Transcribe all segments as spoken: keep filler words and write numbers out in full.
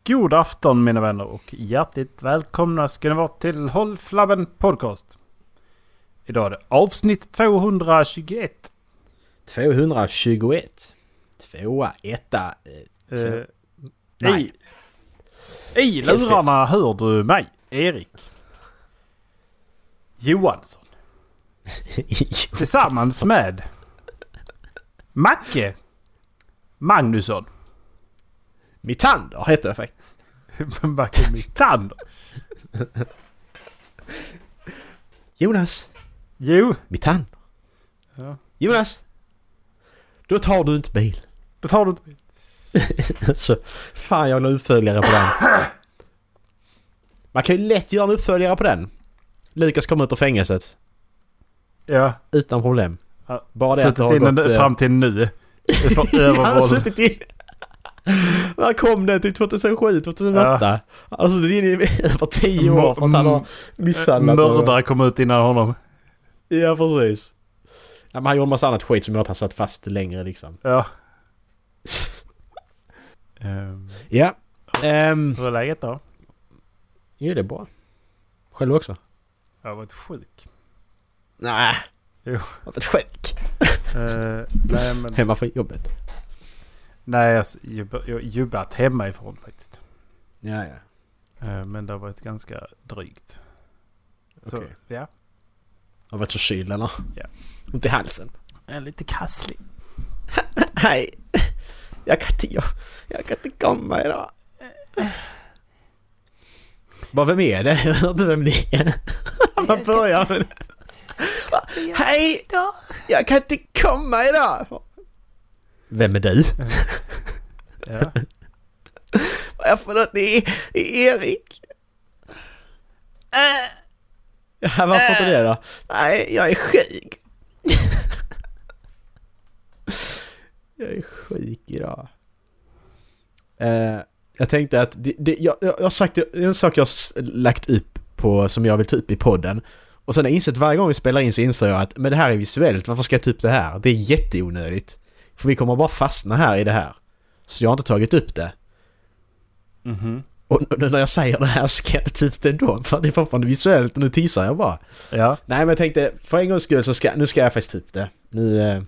God afton mina vänner och hjärtligt välkomna ska ni vara till Håll Flabben Podcast. Idag är det avsnitt tvåhundratjugoett. tvåhundratjugoett. Tvåa, etta. Eh, två... eh, nej. I, I lurarna hör du mig, Erik Johansson. Tillsammans med Macke Magnusson. Mitander heter jag faktiskt. Macke Mitander. Jonas. Jo. Mitander. Ja. Jonas. Då tar du inte bil. Då tar du inte bil. Så, fan jag har en uppföljare på den. Man kan ju lätt göra en uppföljare på den. Lukas kommer ut ur fängelset. Ja. Utan problem. Ja. Bara det att det har in gått... fram till nu. Han har suttit in... När kom det? Typ tjugohundrasju, tjugohundraåtta. Ja. Alltså det är över tio år för att han har misshandlat. Mördare kom ut innan honom. Ja, precis. Ja, men han gjorde en massa annat skit som gjorde att han satt fast längre liksom. Ja. um, ja. Um, Hur är läget då? Jo, det är bra. Själv också? Jag har varit sjuk. Nej. Jo. Jag har varit sjuk. uh, nej, men... Hemma för jobbet. Nej, jag har jobbat hemifrån faktiskt. Ja, ja. Uh, men det har varit ganska drygt. Så, okay. ja. Har varit så kyld eller? Ja. Ont i halsen. Jag är lite kasslig. Hej. Jag kan inte, jag, jag kan inte komma idag. Bara vem är det? Jag hör inte vem det är. Man börjar med det. Hej. Jag kan inte komma idag. Vem är du? Ja. Jag får något, det är Erik. Äh. Ja, varför inte det då? Nej, jag är sjuk. Jag är sjuk idag. Uh, jag tänkte att det, det, jag, jag har sagt en sak jag har lagt upp på som jag vill ta upp i podden. Och sen har jag insett varje gång vi spelar in så inser jag att men det här är visuellt, varför ska jag ta upp det här? Det är jätteonödigt. För vi kommer bara fastna här i det här. Så jag har inte tagit upp det. Mhm. Och när jag säger det här så kan jag inte ta upp det ändå. För det är fortfarande visuellt och nu teasar jag bara. Ja. Nej, men jag tänkte, för en gångs skull så ska, nu ska jag faktiskt ta upp det. Nu, eh,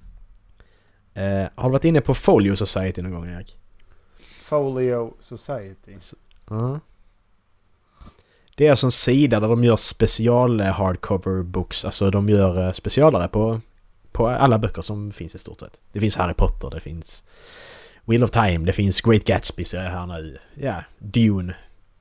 eh, har du varit inne på Folio Society någon gång, Erik? Folio Society. Ja. Det är alltså en sida där de gör special hardcover books. Alltså de gör specialare på, på alla böcker som finns i stort sett. Det finns Harry Potter, det finns Wheel of Time, det finns Great Gatsby så är här nu. Ja, Dune.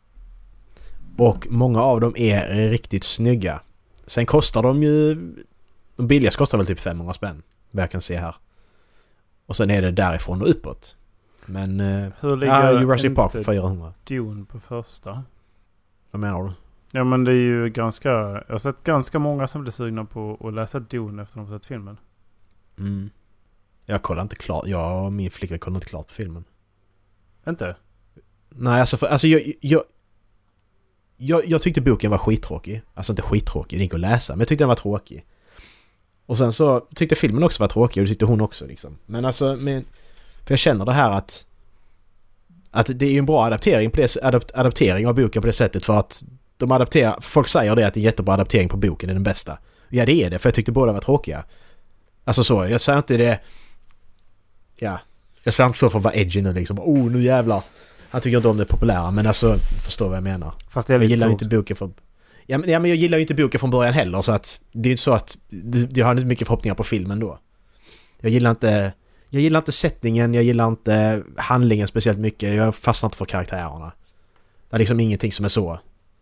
Och många av dem är riktigt snygga. Sen kostar de ju... De billigaste kostar väl typ femhundra spänn. Vad jag kan se här. Och sen är det därifrån och uppåt. Men... Hur ligger ja, Jurassic Park för fyrahundra. Dune på första? Vad menar du? Ja, men det är ju ganska... Jag har sett ganska många som blir sugna på att läsa Dune efter att de har sett filmen. Mm. Jag kollar inte klart. Jag och min flicka kollar inte klart på filmen. Inte? Nej, alltså, för, alltså jag, jag, jag, jag tyckte boken var skittråkig. Alltså inte skittråkig, det gick att läsa. Men jag tyckte den var tråkig. Och sen så tyckte filmen också var tråkig. Och det tyckte hon också liksom. Men alltså, men, för jag känner det här att att det är ju en bra adaptering, på det, adapt, adaptering av boken på det sättet. För att de adapterar, folk säger det att det är jättebra adaptering på boken, är den bästa. Ja, det är det, för jag tyckte båda var tråkiga. Alltså så, jag säger inte det... Ja, jag säger inte så för att vara edgy nu liksom. Oh, nu jävlar. Jag tycker inte om det populära, men alltså, förstår vad jag menar. Fast det är jag gillar så. inte boken från... Ja men, ja, men jag gillar ju inte boken från början heller, så att det är inte så att... Jag har inte mycket förhoppningar på filmen då. Jag gillar inte... Jag gillar inte sättningen, jag gillar inte handlingen speciellt mycket. Jag fastnar inte för karaktärerna. Det är liksom ingenting som är så...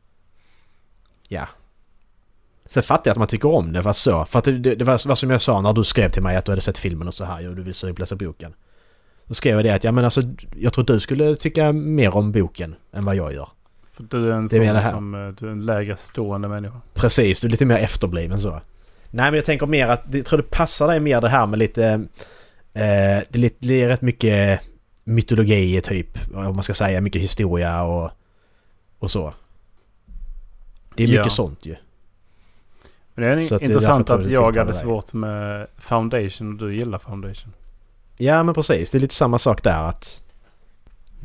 Ja. Sen fattar jag att man tycker om det, fast så. För att det, det, det var, var som jag sa när du skrev till mig att du hade sett filmen och så här, och du vill så läsa boken. Då skrev jag det att, ja men alltså, jag tror du skulle tycka mer om boken än vad jag gör. För du är en sån som, du är en lägre stående människa. Precis, du är lite mer efterbliven så. Nej, men jag tänker mer att, jag tror det passar dig mer det här med lite, eh, det, är lite, det är rätt mycket mytologi typ, om man ska säga, mycket historia och, och så. Det är mycket ja. sånt ju. Men det är så intressant att, att jag hade svårt med Foundation och du gillar Foundation. Ja, men precis. Det är lite samma sak där att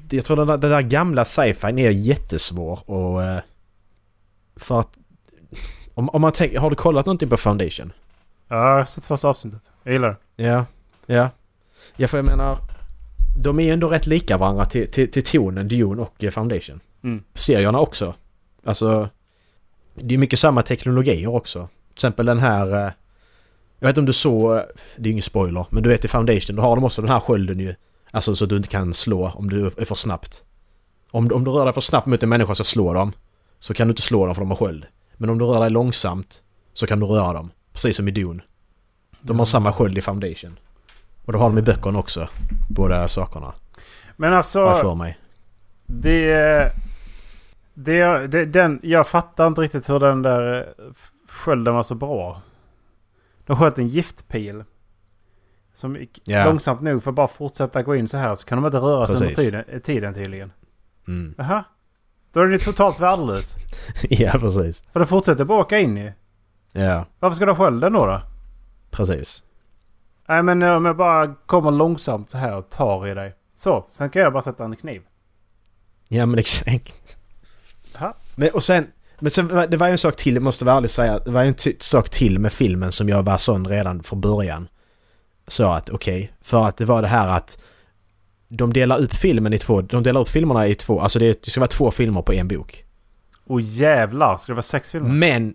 jag tror den där, den där gamla sci-fi är jättesvår och uh, för att om, om man tänker, har du kollat någonting på Foundation? Ja, jag har sett första avsnittet. Jag gillar det. Ja, ja. Ja, för jag menar, de är ju ändå rätt lika varandra till, till, till tonen, Dune och Foundation. Mm. Serierna också. Alltså, det är mycket samma teknologier också. Till exempel den här, jag vet inte om du såg, det är ju ingen spoiler, men du vet i Foundation, då har de också den här skölden ju. Alltså så att du inte kan slå om du är för snabbt. Om, om du rör dig för snabbt mot en människa så slår dem. Så kan du inte slå dem för de har sköld. Men om du rör dig långsamt så kan du röra dem. Precis som i Dune. De har samma sköld i Foundation. Och då har de i böckerna också. Båda sakerna. Men alltså... Vad för mig? Det... Det, det, den, jag fattar inte riktigt hur den där skölden var så bra. De sköt en giftpil. Som gick yeah. långsamt nog för att bara fortsätta gå in så här. Så kan de inte röra sig under tiden, tiden tydligen. Mm. Jaha. Då är det totalt värdelös. Ja, precis. För det fortsätter bara åka in i. Ja. Yeah. Varför ska du ha skölden då då? Precis. Nej, men om jag bara kommer långsamt så här och tar i dig. Så, sen kan jag bara sätta en kniv. Ja, men exakt. Aha. Men, och sen, men sen, det var ju en sak till, jag måste vara ärlig säga. Det var ju en t- sak till med filmen som jag var sån redan från början. Så att, okej. Okay, för att det var det här att de delar upp filmen i två. De delar upp filmerna i två. Alltså det, det ska vara två filmer på en bok. Åh jävlar, ska det vara sex filmer? Men...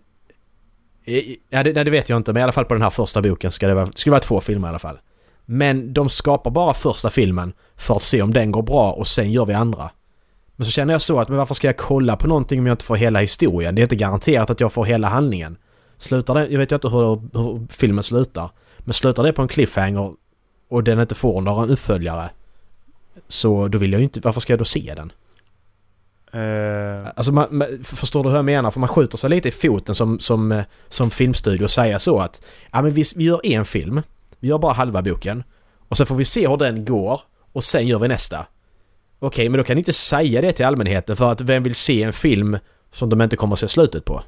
Ja, det, nej, det vet jag inte. Men i alla fall på den här första boken ska det vara, ska det vara två filmer i alla fall. Men de skapar bara första filmen för att se om den går bra och sen gör vi andra. Men så känner jag så att, men varför ska jag kolla på någonting om jag inte får hela historien? Det är inte garanterat att jag får hela handlingen. Slutar det, jag vet inte hur, hur filmen slutar. Men slutar det på en cliffhanger och den inte får några uppföljare, så då vill jag ju inte, varför ska jag då se den? Uh... Alltså man, förstår du hur jag menar? För man skjuter sig lite i foten som, som, som filmstudio och säger så att ja, men vi, vi gör en film, vi gör bara halva boken och sen får vi se hur den går och sen gör vi nästa. Okej, men då kan ni inte säga det till allmänheten, för att vem vill se en film som de inte kommer att se slutet på?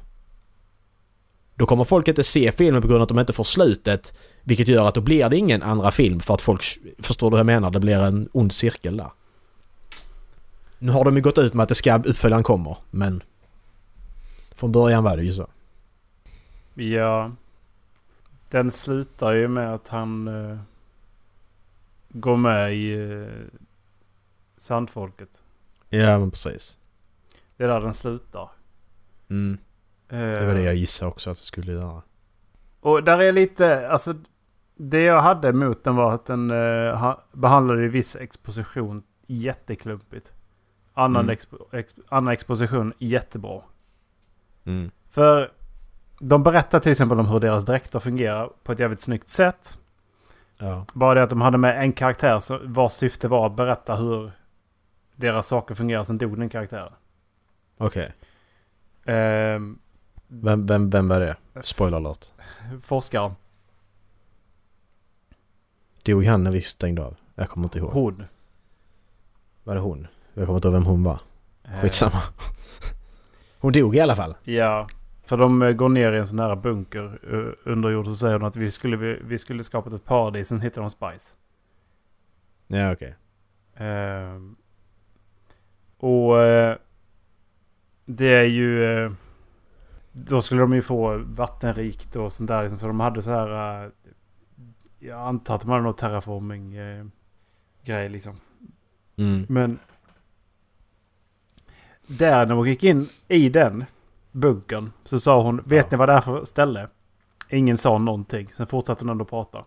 Då kommer folk inte se filmen på grund av att de inte får slutet, vilket gör att då blir det ingen andra film, för att folk, förstår du hur jag menar? Det blir en ond cirkel där. Nu har de ju gått ut med att det ska uppföljaren kommer, men från början var det ju så. Ja, den slutar ju med att han uh, går med i uh, Sandfolket. Ja, men precis. Det är där den slutar. Mm. Det var det jag gissade också att vi skulle göra. Och där är lite, alltså det jag hade emot den var att den uh, ha, behandlade i viss exposition jätteklumpigt. Annan, mm. expo, ex, annan exposition jättebra. Mm. För de berättar till exempel om hur deras dräkter fungerar på ett jävligt snyggt sätt. Ja. Bara det att de hade med en karaktär vars syfte var att berätta hur deras saker fungerar, sen dog den karaktären. Okej. Okay. Um, vem, vem, vem var det? Spoiler alert. Forskaren. Dog han när vi stängde av? Jag kommer inte ihåg. Hon. Var det hon? Jag kommer inte ihåg vem hon var. Skitsamma. Hon dog i alla fall. Ja, för de går ner i en sån här bunker under jord, så säger de att vi skulle, vi, vi skulle skapat ett paradis, sen hittar de Spice. Ja, okej. Okay. Uh, och uh, det är ju... Uh, då skulle de ju få vattenrikt och sånt där. Liksom, så de hade så här... Uh, jag antar att de hade någon terraforming uh, grej liksom. Mm. Men där när hon gick in i den bunkern så sa hon, vet ja. ni vad det är för ställe? Ingen sa någonting. Sen fortsatte hon ändå prata.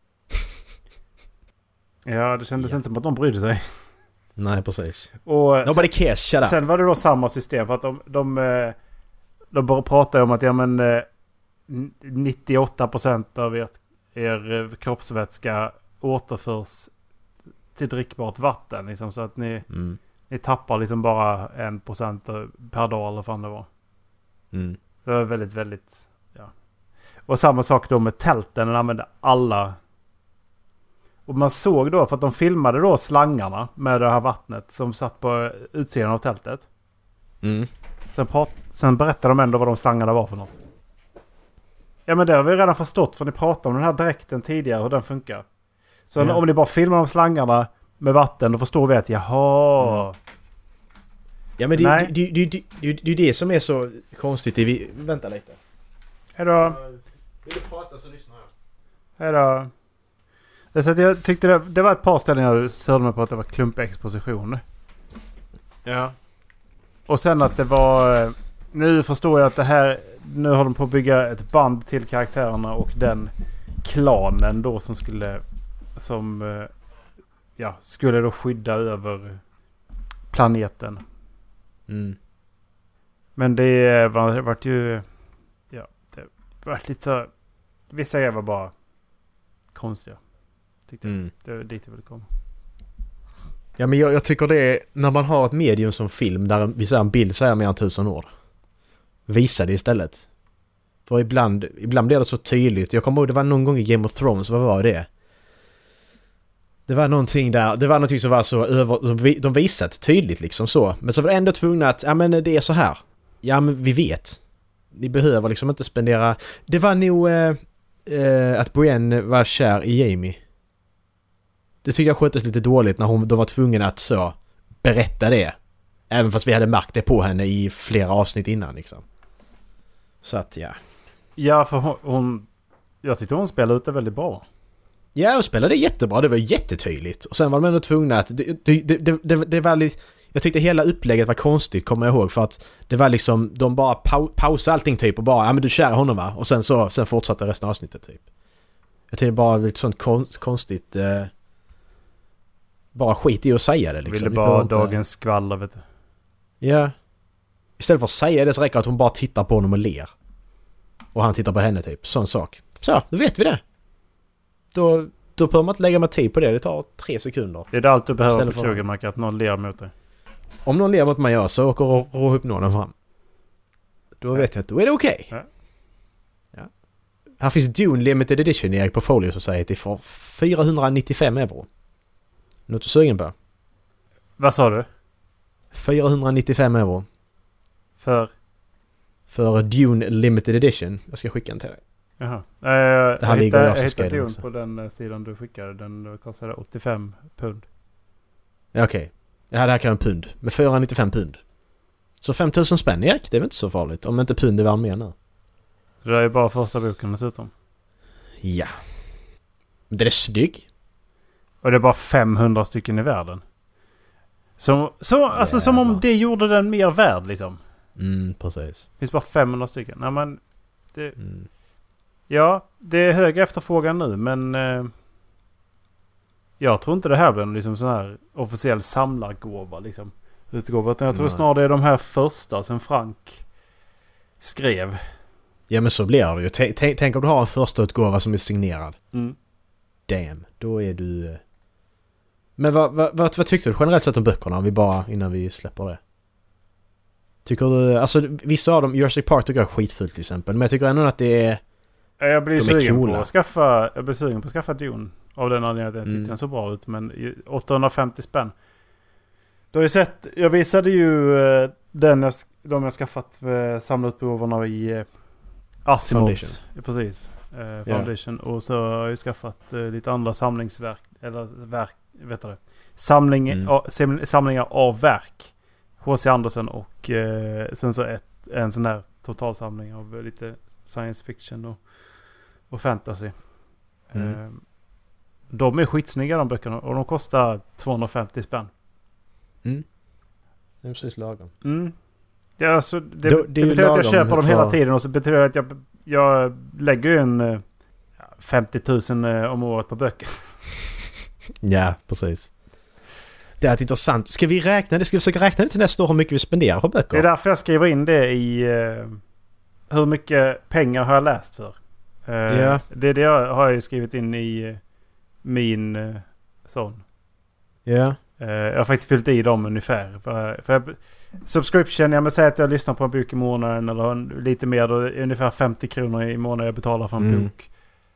Ja, det kändes ja. inte som att de brydde sig. Nej, precis. Och Nobody cares, shut up. Sen var det då samma system, för att de de, de bara pratade om att ja, men nittioåtta procent av er, er kroppsvätska återförs till drickbart vatten liksom, så att ni mm. ni tappar liksom bara en procent per dag eller vad fan det var. Mm. Det var väldigt, väldigt ja. Och samma sak då med tälten, den använde alla. Och man såg då, för att de filmade då slangarna med det här vattnet som satt på utsidan av tältet. Mm. Sen, prat, sen berättade de ändå vad de slangarna var för något. Ja, men det har vi redan förstått, för ni pratade om den här dräkten tidigare, hur den funkar. Så mm. om ni bara filmar de slangarna med vatten, då förstår vi att jaha... Mm. Ja, men det är det, det, det, det, det, det som är så konstigt. Vi, vänta lite. Hejdå. Vill du prata så lyssnar jag. Hejdå. Det så att jag tyckte det, det var ett par ställen jag sörde mig på att det var klumpexposition. Ja. Och sen att det var... Nu förstår jag att det här... Nu har de på att bygga ett band till karaktärerna och den klanen då som skulle... Som... Ja, skulle då skydda över planeten. Mm. Men det var, var ju... Ja, det var lite så... Vissa grejer var bara konstiga. Tyckte Mm. jag. Det var dit jag ville komma. Ja, men jag, jag tycker det är... När man har ett medium som film där vi ser en bild så är mer än tusen ord. Visa det istället. För ibland, ibland blir det så tydligt. Jag kommer ihåg, det var någon gång i Game of Thrones. Vad var det? Det var någonting där, det var någonting som var så över, de visat tydligt liksom så. Men så var det ändå tvungna att, ja men det är så här. Ja men vi vet. Ni behöver liksom inte spendera... Det var nog eh, eh, att Brienne var kär i Jaime. Det tycker jag sköttes lite dåligt när hon, de var tvungna att så berätta det. Även fast vi hade märkt det på henne i flera avsnitt innan liksom. Så att ja. Ja, för hon... hon jag tyckte hon spelade ut det väldigt bra. Ja, hon spelade jättebra. Det var jättetydligt. Och sen var de ändå tvungna att... Det, det, det, det, det var lite... Jag tyckte hela upplägget var konstigt, kommer jag ihåg. För att det var liksom... De bara pau, pausade allting typ och bara... Ja, men du kär honom va? Och sen så sen fortsatte resten av avsnittet typ. Jag tyckte det bara var lite sånt konst, konstigt... Eh, bara skit i att säga det liksom. Ville bara inte... dagens skvaller, vet du. Ja. Istället för att säga det så räcker det att hon bara tittar på honom och ler. Och han tittar på henne typ. Sån sak. Så, då vet vi det. Då, då behöver man inte lägga med tid på det. Det tar tre sekunder. Det är det allt du behöver på krogen, Mark, att någon ler mot dig. Om någon ler mot mig gör så åker och rå upp någon fram. Då ja. Vet jag att då är det okej. Okay. Ja. Ja. Här finns Dune Limited Edition i Portfolio Society för fyrahundranittiofem euro. Något du sugen på? Vad sa du? fyrahundranittiofem euro. För? För Dune Limited Edition. Jag ska skicka den till dig. Jaha. Uh, det här ligger jag jag hittade Dune på den sidan du skickade. Den kostade åttiofem pund. Ja, okej. Okay. Jag hade här kan en pund. Med fyrahundranittiofem pund. Så femtusen spänn, Erik. Det är väl inte så farligt. Om inte pund är varm mer nu. Det är bara första boken dessutom. Ja. Men det är snygg. Och det är bara femhundra stycken i världen. Som, så, alltså, som om det gjorde den mer värd liksom. Mm, precis. Det finns bara femhundra stycken. Nej, men det, mm. Ja, det är hög efterfrågan nu, men eh, jag tror inte det här blir en liksom sån här officiell samlargåva liksom. Utgåva, utan jag tror Nej. snarare det är de här första som Frank skrev. Ja, men så blir det ju. T- t- tänk om du har en första utgåva som är signerad. Mm. Damn, då är du... Men vad, vad, vad, vad tyckte du generellt sett om böckerna, om vi bara, innan vi släpper det? Tycker du... Alltså, vissa av dem, Jurassic Park tycker jag är skitfullt till exempel, men jag tycker ändå att det är... Jag blir sugen på att skaffa, jag blir sugen på att skaffa Dune av den anledningen att jag tyckte mm. den så bra ut, men åttahundrafemtio spänn. Du har ju sett, jag visade ju den jag, de jag skaffat med samlarutgåvorna i eh, Asimovs, precis, eh, Foundation, yeah. Och så har jag ju skaffat eh, lite andra samlingsverk, eller verk, vet du det, Samling, mm. a, samlingar av verk, H C Andersen och eh, sen så ett, en sån här totalsamling av lite science fiction och och fantasy. Mm. Eh, de är skitsnygga de böckerna och de kostar tvåhundrafemtio spänn. Mm. Det är precis lagom. Mm. Ja, alltså, det, Då, det, det betyder att jag köper dem för... hela tiden och så betyder det att jag, jag lägger ju en femtio tusen om året på böcker. Ja, precis. Det är intressant. Ska vi räkna det? Ska vi försöka räkna det till nästa år hur mycket vi spenderar på böcker? Det är därför jag skriver in det i uh, hur mycket pengar har jag läst för. Uh, yeah. Det är det jag har jag skrivit in i uh, min uh, sån. Ja. Yeah. Uh, jag har faktiskt fyllt i dem ungefär. För, för jag, subscription, jag vill säga att jag lyssnar på en bok i månaden eller lite mer, då är det ungefär femtio kronor i månaden jag betalar för en mm. bok.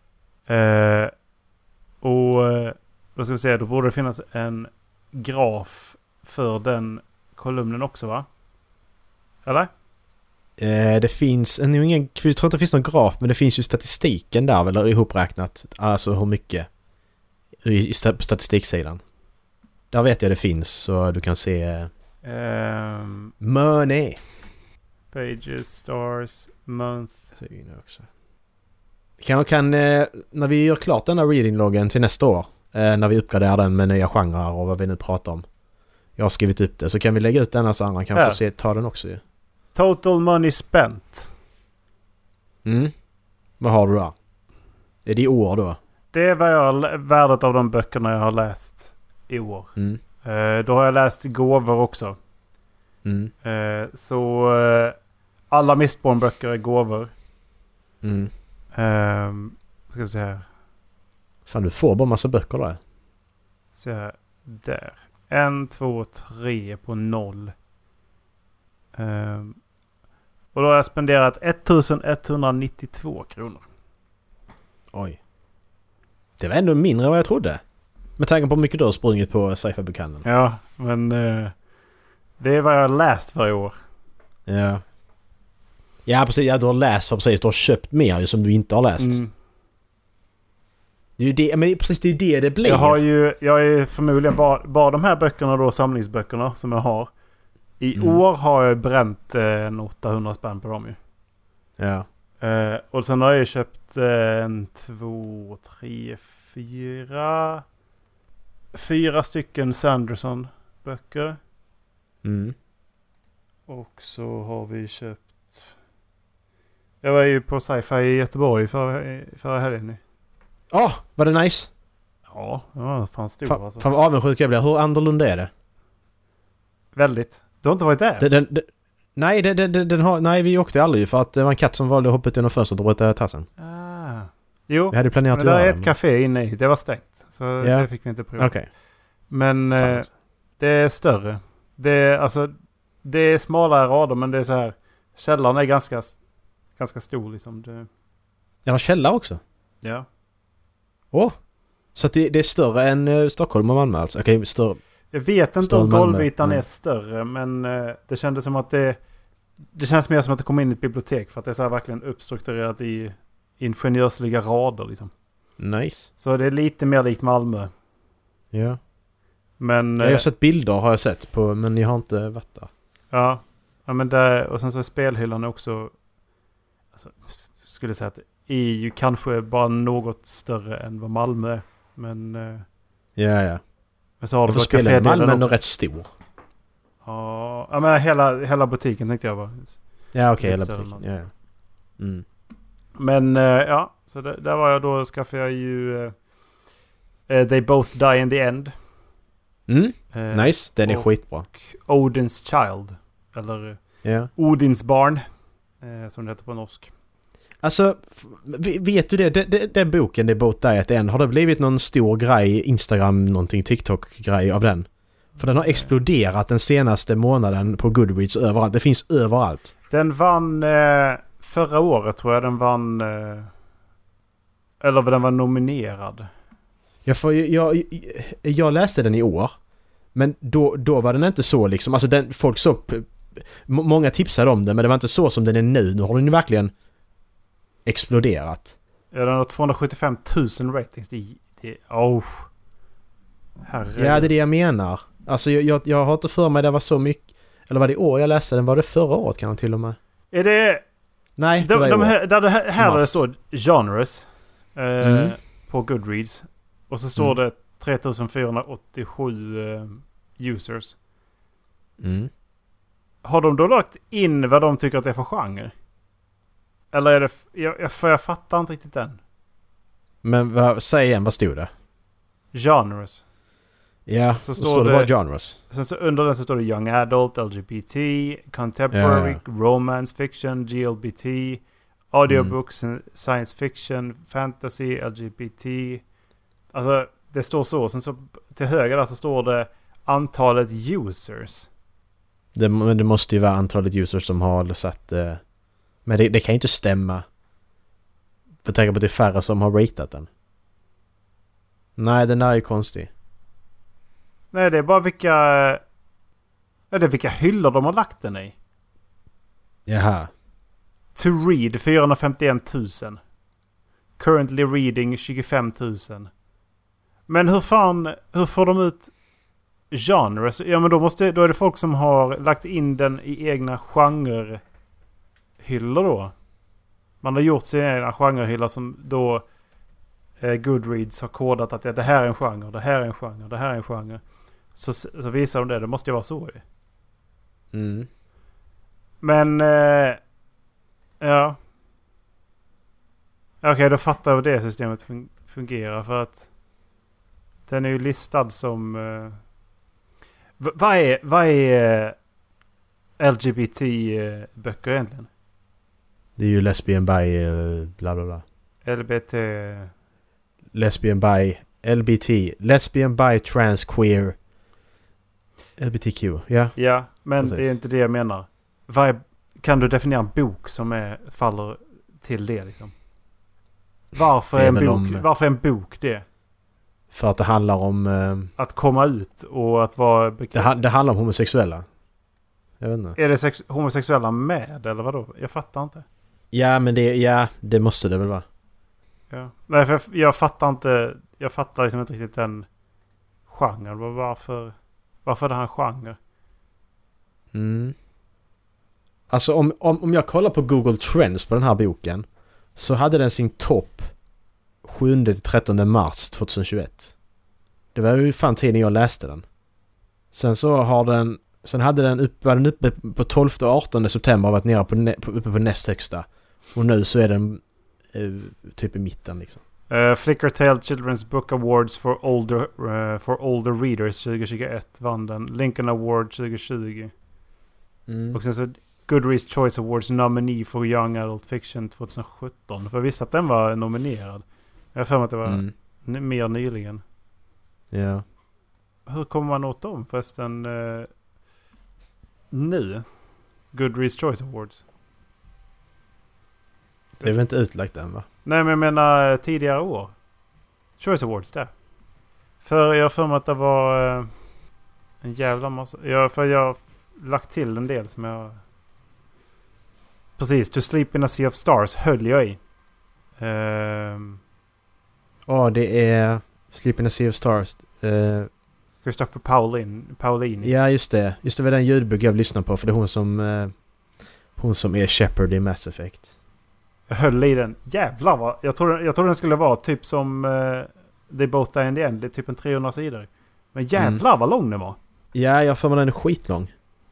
Uh, och uh, då ska vi se, då borde det finnas en graf för den kolumnen också, va? Eller? Eh, det finns en, ingen, jag tror inte det finns någon graf, men det finns ju statistiken där, eller ihopräknat, alltså hur mycket i, i statistiksidan. Där vet jag det finns, så du kan se... Um, Money! Pages, stars, month. Också. Kan, kan, eh, när vi gör klart den här reading-loggen till nästa år, eh, när vi uppgraderar den med nya genrer och vad vi nu pratar om. Jag har skrivit upp det, så kan vi lägga ut den så andra kan ja. få se, ta den också ju. Total money spent. Mm. Vad har du där? Är det i år då? Det är vad jag, värdet av de böckerna jag har läst i år. Mm. Eh, då har jag läst gåvor också. Mm. Eh, så eh, alla Mistborn-böcker är gåvor. Mm. Eh, ska vi se här. Fan, du får bara massa böcker där. Se här. Där. En, två, tre på noll. Eh, och då har jag spenderat ettusenetthundranittiotvå kronor. Oj. Det var ändå mindre än vad jag trodde. Med tanke på hur mycket du har sprungit på sci-fi-bokhandeln. Ja, men eh, det är vad jag har läst för i år. Ja. Ja, precis. Ja, du har läst för precis. Du har köpt mer ju som du inte har läst. Mm. Det är ju det, men precis det är ju det det blir. Jag har ju, jag är förmodligen bara, bara de här böckerna då, samlingsböckerna som jag har. I Mm. år har jag bränt eh, en åttahundra spänn på dem ju. Ja. Eh, och sen har jag köpt eh, en, två, tre, fyra... Fyra stycken Sanderson-böcker. Mm. Och så har vi köpt... Jag var ju på sci-fi i Göteborg förra, förra helgen nu. Åh, oh, var det nice? Ja, det var fan stor Fan, alltså. fan vad avundsjuk jag blir. Hur annorlunda är det? Väldigt. Du har inte varit där? Den, den, den, nej, den, den, den har, nej, vi åkte aldrig för att det var en katt som valde att hoppa ut genom fönstret och bryta tassen. Ah. Jo, Vi hade planerat men att det är göra ett det, café inne i. Det var stängt. Så Ja. det fick vi inte prova. Okej. Okay. Men eh, det är större. Det är, alltså, det är smalare rader, men det är så här. Källaren är ganska, ganska stor liksom. Det, Den har källare också? ja. Åh! Oh. Så att det, det är större än uh, Stockholm och Malmö alltså? Okej, okay, större. Jag vet inte Större om Malmö. golvytan Nej. är större, men eh, det kändes som att det... Det känns mer som att det kommer in i ett bibliotek, för att det är så här verkligen uppstrukturerat i ingenjörsliga rader liksom. Nice. Så det är lite mer likt Malmö. Ja. Men... Jag har sett bilder har jag sett på, men jag har inte varit där. Ja, ja men där, och sen så är spelhyllan också, alltså, skulle säga att det är ju kanske bara något större än vad Malmö är. Men, eh, ja, ja. men så har Du du får då spela i kafédelen Malmö är också. rätt stor. Ja, jag menar hela, hela butiken tänkte jag bara. Ja, okej, okay, hela Lite större butiken. Ja, ja. Mm. Men eh, ja, så det, där var jag då, skaffade jag ju eh, They Both Die in the End. Mm. Eh, Nice, den är och skitbra. Odin's Child. Eller Ja. Odins barn. Eh, som det heter på norsk. Alltså, vet du det? Den, den, den boken, det är Both Die at the End, har det blivit någon stor grej, Instagram, någonting, TikTok-grej av den? För den har exploderat den senaste månaden på Goodreads och överallt. Det finns överallt. Den vann eh, förra året tror jag den vann... Eh, eller den var nominerad. Jag, får, jag, jag, jag läste den i år. Men då, då var den inte så liksom... Alltså den, folk såg... Många tipsade om den, men det var inte så som den är nu. Nu har den ju verkligen exploderat. Ja, den har tvåhundrasjuttiofem tusen ratings. Det, det, oh. Herre. Ja, det är det jag menar. Alltså jag, jag, jag har inte för mig det var så mycket... Eller var det år jag läste den? Var det förra året kanske till och med? Är det... Nej, det de, var i de år. här, där det, här där det Mars. står genres eh, Mm. på Goodreads. Och så står Mm. det tre tusen fyrahundraåttiosju eh, users. Mm. Har de då lagt in vad de tycker att det är för genre? Eller är det... F- jag, jag, för jag fattar inte riktigt den. Men vad, säg igen, vad stod det? Genres. Ja, Så så står står det det- bara genres. Sen så under den så står det Young Adult, L G B T, Contemporary, Ja. Romance Fiction, G L B T, Audiobooks, Science Fiction, Fantasy, L G B T. Alltså, det står så. Sen så till höger där så står det antalet users. Det, men det måste ju vara antalet users som har satt... Eh, men det, det kan ju inte stämma. För tänka på att det är färre som har ratat den. Nej, den där är ju konstig. Nej, det är bara vilka... Ja, det är vilka hyllor de har lagt den i. Jaha. To read fyrahundrafemtioen tusen. Currently reading tjugofem tusen. Men hur fan... Hur får de ut... genres. Ja, men då, måste, då är det folk som har lagt in den i egna genrehyllor då. Man har gjort sin egna genrehylla som då eh, Goodreads har kodat att ja, det här är en genre, det här är en genre, det här är en genre. Så, så visar de det. Det måste ju vara så ju. Mm. Men eh, ja. Okej, okay, då fattar jag hur det systemet fun- fungerar för att den är ju listad som eh, v- vad är vad är eh, L G B T-böcker egentligen? Det är ju lesbian, bi, bla bla bla. L B T... Lesbian, bi, L B T. Lesbian, bi, trans, queer. L B T Q, ja. Ja, men Precis. det är inte det jag menar. Vad är, kan du definiera en bok som är, faller till det liksom? Varför Det är är, en väl bok, om- varför är en bok det? För att det handlar om... eh, Att komma ut och att vara... Det, ha- det handlar om homosexuella. Jag vet inte. Är det sex, homosexuella med eller vadå? Jag fattar inte. Ja, men det, ja, det måste det väl vara. Ja. Nej, för jag, jag fattar inte... Jag fattar liksom inte riktigt den genren. Varför, varför är det här en genre? Mm. Alltså om, om, om jag kollar på Google Trends på den här boken så hade den sin topp sjunde till trettonde mars tjugohundratjugoett. Det var ju fan tiden jag läste den. Sen så har den... Sen hade den upp, var den uppe på tolfte och artonde september och varit nere på, nä, på, uppe på näst högsta. Och nu så är den eh, typ i mitten liksom. Uh, Flickr Tale Children's Book Awards for Older, uh, for older Readers tjugohundratjugoett vann den. Lincoln Award tjugotjugo. Mm. Och sen så Goodreads Choice Awards nominee for Young Adult Fiction tjugosjutton. För jag visste att den var nominerad. Jag har för mig att det var Mm. n- mer nyligen. Ja. Hur kommer man åt dem förresten uh, nu? Goodreads Choice Awards. Det är väl inte utlagt än, va? Nej, men jag menar tidigare år. Choice Awards där. För jag har för mig att det var uh, en jävla massa... Jag, för jag har lagt till en del som jag... Precis, To Sleep in a Sea of Stars höll jag i. Ehm... Ja, det är Sleep in a Sea of Stars. Uh, Christopher Paulin, Paulini. ja, just det. Just det var den ljudbok jag lyssnade på. För det är hon som... Uh, hon som är Shepard i Mass Effect. Jag höll i den. Jävlar vad... Jag trodde, jag trodde den skulle vara typ som... Uh, They Both Die in the End. Det är typ en trehundra sidor. Men jävlar Mm. vad lång den var. Ja, jag får mig den är skitlång.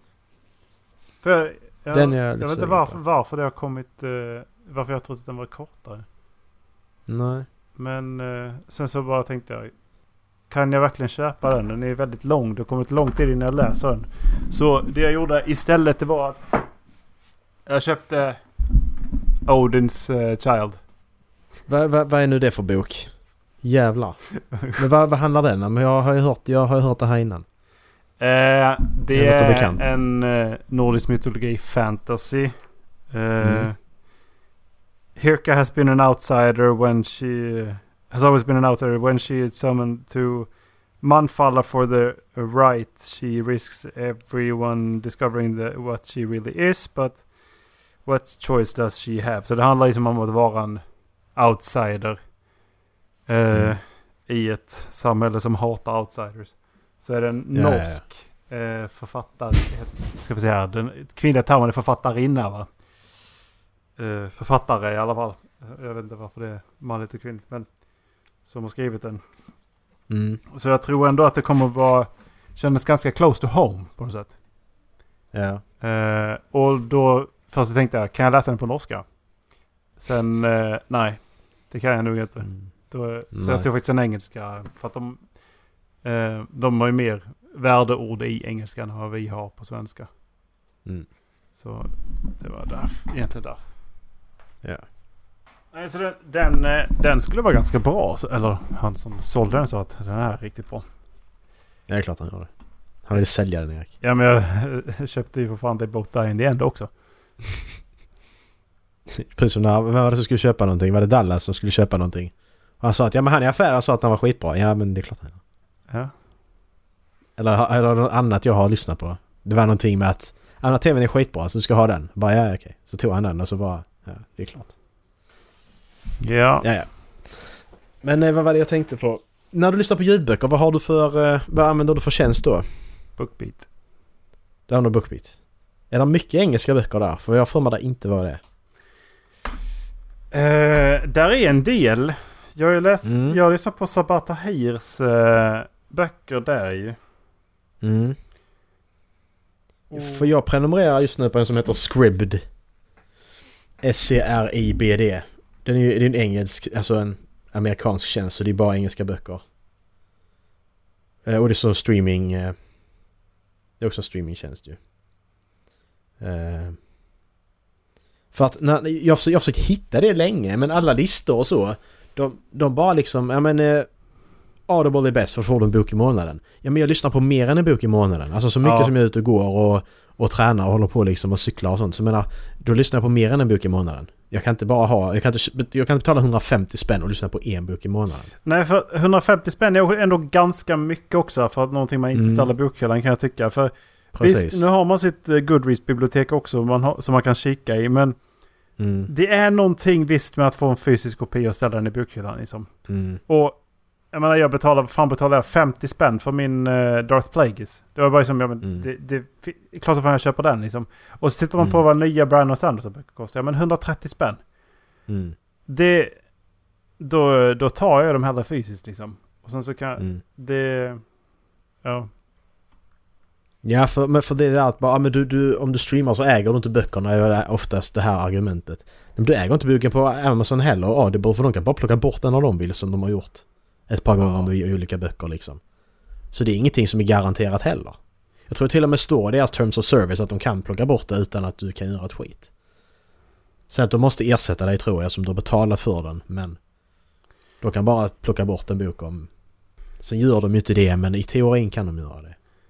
För jag, jag, Den är jag jag lite vet inte sugen varför, på. varför det har kommit... Uh, varför jag trodde att den var kortare. Nej. Men uh, sen så bara tänkte jag... Kan jag verkligen köpa den? Den är väldigt lång. Det har kommit lång tid innan jag läser den. Så det jag gjorde istället det var att... Jag köpte... Odins uh, Child. Vad va, va är nu det för bok? Jävlar. Men vad va handlar den om? Men jag har ju hört, jag har ju hört det här innan. Eh, det Det låter är bekant. en uh, nordisk mytologi fantasy. Uh, Mm. Hirka has been an outsider when she has always been an outsider when she is summoned to Manfalla for the right. She risks everyone discovering the, what she really is, but what choice does she have? Så det handlar liksom om att vara en outsider uh, Mm. i ett samhälle som hatar outsiders. Så är det en Ja, ja, ja. norsk eh, författare. Ska vi säga här. Den kvinnliga termen är författarinna, va? Eh, författare i alla fall. Jag vet inte varför det är manligt och kvinnligt. Men som har skrivit den. Mm. Så jag tror ändå att det kommer att vara... Kändes ganska close to home på något sätt. Ja. Eh, och då först tänkte jag, kan jag läsa den på norska? Sen, eh, nej. Det kan jag nog inte. Mm. Då, så Nej. jag tog faktiskt en engelska. För att de, eh, de har ju mer värdeord i engelska än vad vi har på svenska. Mm. Så det var därför, egentligen därför. Ja. Nej, så den, den, eh, den skulle vara ganska bra. Så, eller han som sålde den sa att den är riktigt bra. Ja, det är klart han gör det. Han vill sälja den, Erik. Ja, men jag köpte ju för fan det Both Die in the End också. Precis som när, vem var det som skulle köpa någonting? Var det Dallas som skulle köpa någonting? Och han sa att ja, men han i affären sa att han var skitbra. Ja, men det är klart han är. Ja. Eller, eller något annat jag har lyssnat på. Det var någonting med att ja, men tvn är skitbra så du ska ha den. Bara ja, okej. Så tog han den och så bara ja, det är klart. Ja. Ja, ja. Men eh, vad var det jag tänkte på? när du lyssnar på ljudböcker, vad har du för eh, vad använder du för tjänst då? BookBeat. Du använder BookBeat. Är det mycket engelska böcker där? För jag får mig där inte vad det är. Uh, där är en del. Jag har läst, mm. jag lyssnar på Sabah Tahirs uh, böcker där ju. Mm. Oh. För jag prenumererar just nu på en som heter Scribd. S C R I B D. Den är ju det är en engelsk, alltså en amerikansk tjänst, så det är bara engelska böcker. Uh, och det är så streaming. Uh, det är också en streamingtjänst ju. Uh, För att när, jag, jag har försökt hitta det länge, men alla listor och så, de, de bara liksom, ja men eh, Audible är bäst för att få en bok i månaden. Ja men jag lyssnar på mer än en bok i månaden. Alltså så mycket ja. som jag är ute och går och, och tränar och håller på liksom och cyklar och sånt. Så jag menar, då lyssnar jag på mer än en bok i månaden. Jag kan inte bara ha, jag kan inte, jag kan inte betala hundrafemtio spänn och lyssna på en bok i månaden. Nej, för hundrafemtio spänn är ändå ganska mycket också för att någonting man inte mm. ställer bokhyllan, kan jag tycka. För visst, nu har man sitt Goodreads-bibliotek också man har, som man kan kika i, men mm. det är någonting visst med att få en fysisk kopia och ställa den i bokhyllan liksom. Mm. Och jag menar, jag betalar, fan betalar jag femtio spänn för min uh, Darth Plagueis. Det var bara som, ja, men mm. det, det är klart att jag köper den liksom. Och så tittar man mm. på vad nya Brandon och Sanderson böcker kostar. Ja, men hundratrettio spänn. Mm. Det, då, då tar jag dem hellre fysiskt liksom. Och sen så kan mm. det, ja. Ja, för, men för det är det att bara, ja, men du, du, om du streamar så äger du inte böckerna, är det oftast det här argumentet. Men du äger inte boken på Amazon heller och Audible, för de kan bara plocka bort den av de vill som de har gjort ett par gånger med ja. olika böcker liksom. Så det är ingenting som är garanterat heller. Jag tror till och med står deras terms of service att de kan plocka bort det utan att du kan göra ett skit. Sen att de måste ersätta dig, tror jag, som du har betalat för den, men de kan bara plocka bort en bok om. Så gör de ju inte det, men i teorin kan de göra det.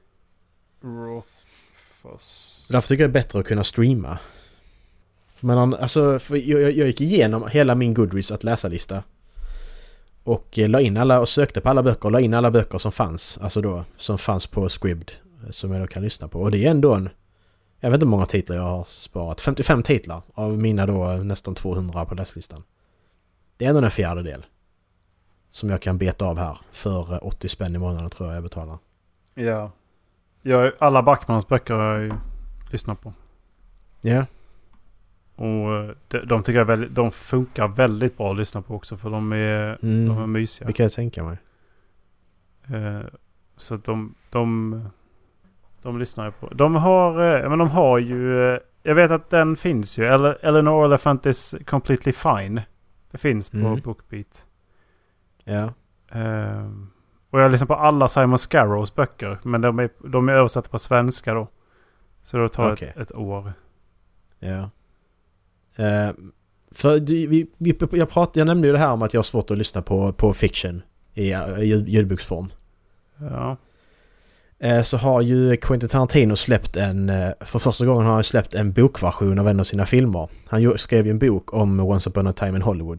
Rothfuss. Därför tycker jag det är bättre att kunna streama. Men alltså, för jag, jag gick igenom hela min Goodreads att läsa-lista och la in alla och sökte på alla böcker och la in alla böcker som fanns, alltså då som fanns på Scribd, som jag då kan lyssna på. Och det är ändå en, jag vet inte hur många titlar jag har sparat, femtiofem titlar av mina då nästan tvåhundra på läslistan. Det är ändå en fjärdedel som jag kan beta av här för åttio spänn i månaden, tror jag jag betalar. Ja. Jag, alla Backmans böcker har jag ju lyssnat på. Ja. Yeah. Och de, de tycker jag väldigt, de funkar väldigt bra att lyssna på också, för de är, mm. de är mysiga. Det kan jag tänka mig. Eh, så de, de de lyssnar jag på. De har, eh, men de har ju, eh, jag vet att den finns ju. Ele- Eleanor Elephant is completely fine. Det finns på mm. BookBeat. Ja. Eh, och jag lyssnar på alla Simon Scarrows böcker, men de är, de är översatta på svenska då. Så det tar okay. ett, ett år. Ja. Uh, för vi, vi, jag, prat, jag nämnde ju det här om att jag har svårt att lyssna på, på fiction i, i ljudboksform. Ja. Uh, så har ju Quentin Tarantino släppt en, uh, för första gången har han släppt en bokversion av en av sina filmer. Han ju, skrev ju en bok om Once Upon a Time in Hollywood.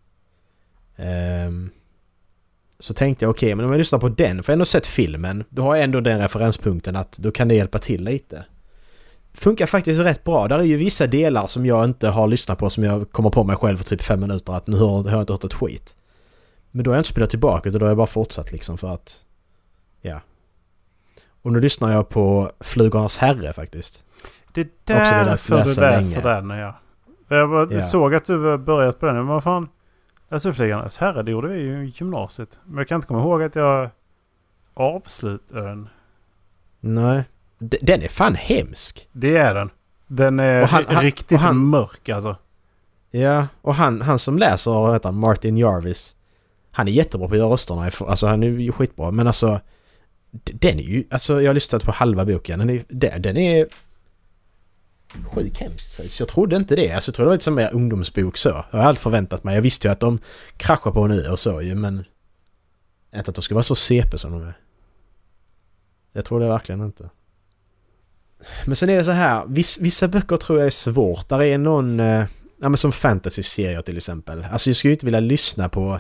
Um, så tänkte jag, okej, okay, men om jag lyssnar på den, för jag har ändå sett filmen, då har jag ändå den referenspunkten att då kan det hjälpa till lite. Funkar faktiskt rätt bra. Där är ju vissa delar som jag inte har lyssnat på, som jag kommer på mig själv för typ fem minuter att nu har, har jag inte hört ett skit. Men då har jag inte spelat tillbaka, utan då har jag bara fortsatt liksom för att, ja. Och nu lyssnar jag på Flugornas herre faktiskt. Det är därför du läser den, ja. Jag bara, ja. såg att du börjat på den, men vad fan, läser du Flugornas herre? Det gjorde vi ju i gymnasiet. Men jag kan inte komma ihåg att jag avslutade den. Nej. Den är fan hemsk. Det är den. Den är han, han, riktigt han, mörk alltså. Ja, och han, han som läser, heter Martin Jarvis. Han är jättebra på att göra rösterna. Alltså han är ju skitbra. Men alltså, den är ju, alltså jag har lyssnat på halva boken. Den är, den är sjukt hemskt. Jag trodde inte det. Alltså jag trodde det var lite som en ungdomsbok så. Jag har alltid förväntat mig. Jag visste ju att de kraschar på nu och så ju, men inte att de ska vara så C P som de är. Jag tror det verkligen inte. Men sen är det så här, viss, vissa böcker tror jag är svårt. Där är någon, eh, ja men som fantasy-serier till exempel. Alltså jag skulle ju inte vilja lyssna på,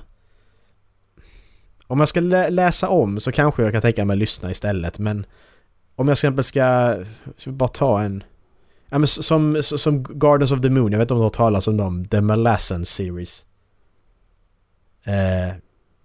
om jag ska lä- läsa om så kanske jag kan tänka mig att lyssna istället. Men om jag till exempel ska, ska bara ta en, ja men som, som Gardens of the Moon, jag vet inte om du har talat om dem, The Malazan series. Eh,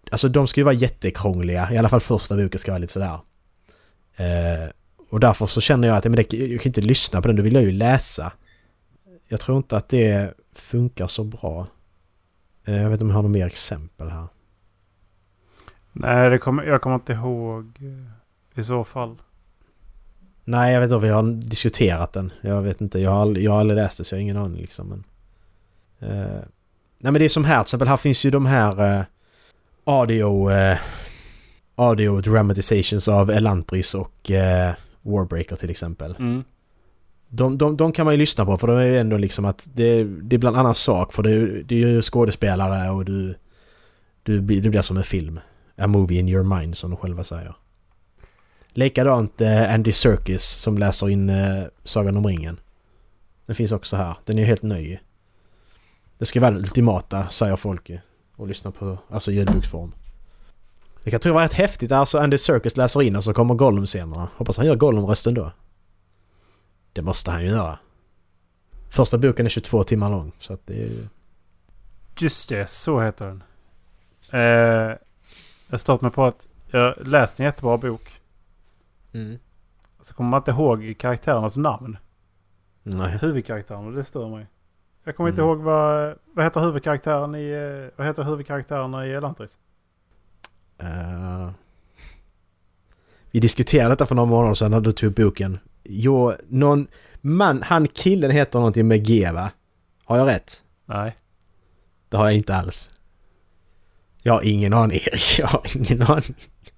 alltså de ska ju vara jättekrångliga. I alla fall första boken ska vara lite sådär. Eh, och därför så känner jag att men det, jag kan inte lyssna på den, då vill jag ju läsa. Jag tror inte att det funkar så bra. Eh, jag vet inte om jag har några mer exempel här. Nej, det kommer, jag kommer inte ihåg i så fall. Nej, jag vet inte om vi har diskuterat den. Jag vet inte, jag har aldrig, jag har aldrig läst det så jag har ingen aning liksom. Men, eh, nej men det är som här, till exempel här finns ju de här eh, audio eh, audio dramatizations av Elantris och eh, Warbreaker till exempel. Mm. De, de, de kan man ju lyssna på för de är ju ändå liksom att det, det är bland annat sak för det, det är ju skådespelare och du, du, det blir som en film. A movie in your mind som de själva säger. Likadant eh, Andy Serkis som läser in eh, Sagan om ringen. Den finns också här. Den är helt ny. Det ska vara den ultimata, säger folk och lyssna på alltså ljudboksform. Det kan tror vara rätt häftigt. Alltså Andy Serkis läser in och så kommer Gollum-scenerna. Hoppas han gör Gollum-rösten då. Det måste han ju göra. Första boken är tjugotvå timmar lång. Så att det är ju... Just det, så heter den. Eh, jag startar mig på att jag läste en jättebra bok. Mm. Så kommer man inte ihåg karaktärernas namn. Nej. Huvudkaraktären, och det stör mig. Jag kommer inte Mm. ihåg vad, vad heter huvudkaraktären i eh, vad heter huvudkaraktärerna i Elantris? Uh, vi diskuterade detta för några månader sedan när du tog boken. Jo, någon man, han killen heter någonting med G, va? Har jag rätt? Nej. Det har jag inte alls. Jag har ingen aning, Erik. Jag har ingen aning.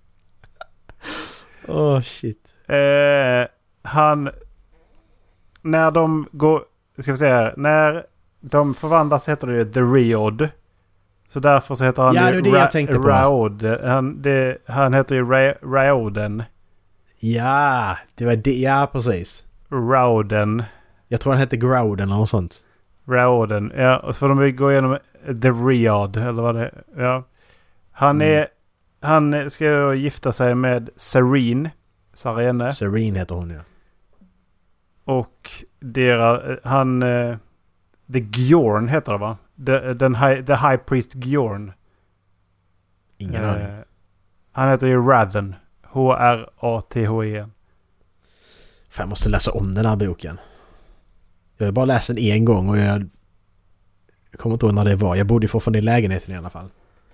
Åh, oh, shit. Eh, han... När de går... Ska vi se här. När de förvandlas heter det The Reod. Så därför så heter han... Ja, det är det jag tänkte på. Raod. Han, det, han heter ju Ra, Raoden. Ja, det var det. Ja, precis. Raoden. Jag tror han hette Grouden eller något sånt. Raoden. Ja, och så får de gå igenom The Reod. Eller vad det är. Ja. Han är... Mm. Han ska ju gifta sig med Serene. Sarene. Serene heter hon, ja. Och deras, han... Uh, The Gjorn heter det, va? The, den high, the High Priest Gjorn. Ingen uh, aning. Han heter ju Rathen. H R A T H E N. Fan, jag måste läsa om den här boken. Jag har bara läst den en gång och jag... Jag kommer inte ihåg när det var. Jag bodde ju fortfarande i lägenheten i alla fall.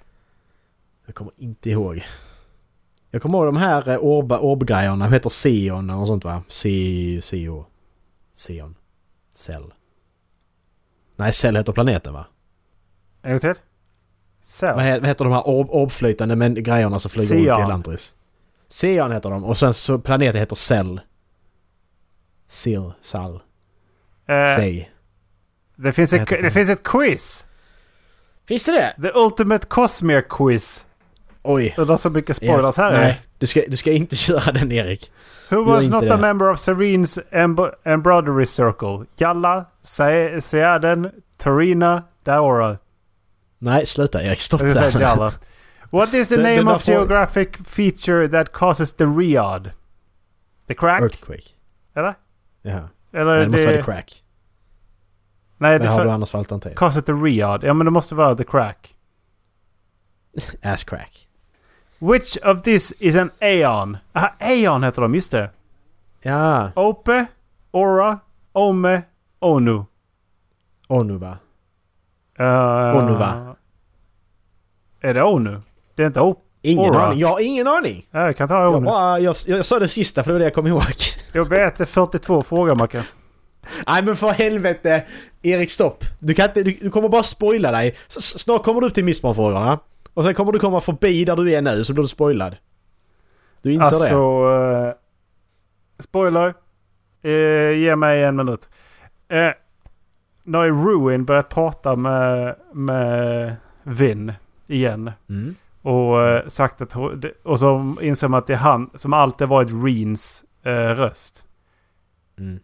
Jag kommer inte ihåg. Jag kommer ihåg de här orb, orbgrejerna. De heter Sion och sånt, va? C, Cio. Sion. Cell. Nej, Cell heter planeten, va? En gång till? Cell. Vad, he, vad heter de här orb, orbflytande men grejerna som flyger Sion. runt i Elantris? Sion heter de. Och sen så planeten heter Cell. Sil. Sal. Eh, Säg. det, finns ett, det finns ett quiz. Finns det det? The Ultimate Cosmere Quiz. Oj. Det är så mycket spoilers här. Nej, du ska, du ska inte köra den, Erik. Who Gör was inte not det. a member of Serene's emb- embroidery circle? Jalla, Se- Seaden, Torina, Daora. Nej, sluta Erik. Stopp Jag ska säga där. Jalla. What is the Den- name den där of får- geographic feature that causes the Riyadh? The crack? Earthquake. Eller? Jaha. Eller Nej, det måste vara det... the crack. Nej, Vad det har för... du annars för alternativ? causes the Riyadh. Ja, men det måste vara the crack. Ass crack. Which of this is an Aeon? Aha, Aeon heter de, just det. Ja. Ope, Ora, Ome, Onu. Onu, va? Uh, Onu, va? Är det Onu? Det är inte Ope. Ingen Ora. aning. Jag har ingen aning. Ja, jag kan ta Jag, Onu. bara, jag, jag sa det sista för det var det jag kom ihåg. Jag vet fyrtiotvå frågor, Macke. Nej, men för helvete. Erik, stopp. Du, kan inte, du, du kommer bara spoila dig. S- snart kommer du upp till Mistborn-frågorna. Och sen kommer du komma förbi där du är nu så blir du spoilad. Du inser Alltså, det. Uh, spoiler. Uh, ge mig en minut. Uh, nu har Ruin börjat prata med, med Vin igen. Mm. Och uh, sagt att... Och så inser man att det är han som alltid varit Reens uh, röst. Mm.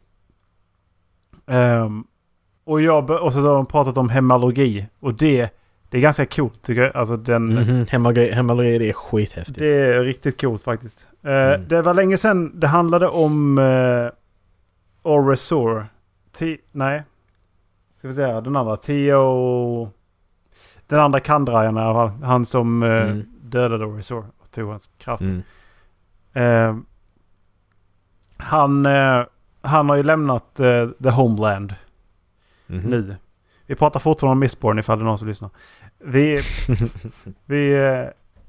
Um, och, jag, och så har de pratat om hemalogi. Och det, det är ganska coolt, tycker jag. Alltså den... Mm-hmm. Hemalogi, hemalogi, det är skithäftigt. Det är riktigt coolt faktiskt. Uh, Mm. Det var länge sedan det handlade om uh, Oresor. T- nej. Ska vi säga den andra. Tio... Den andra kandrajen, han som uh, Mm. dödade Orisor och tog hans kraft. Mm. Eh, han, eh, han har ju lämnat eh, The Homeland Mm-hmm. nu. Vi pratar fortfarande om Mistborn ifall det är någon som lyssnar. Vi... vi eh,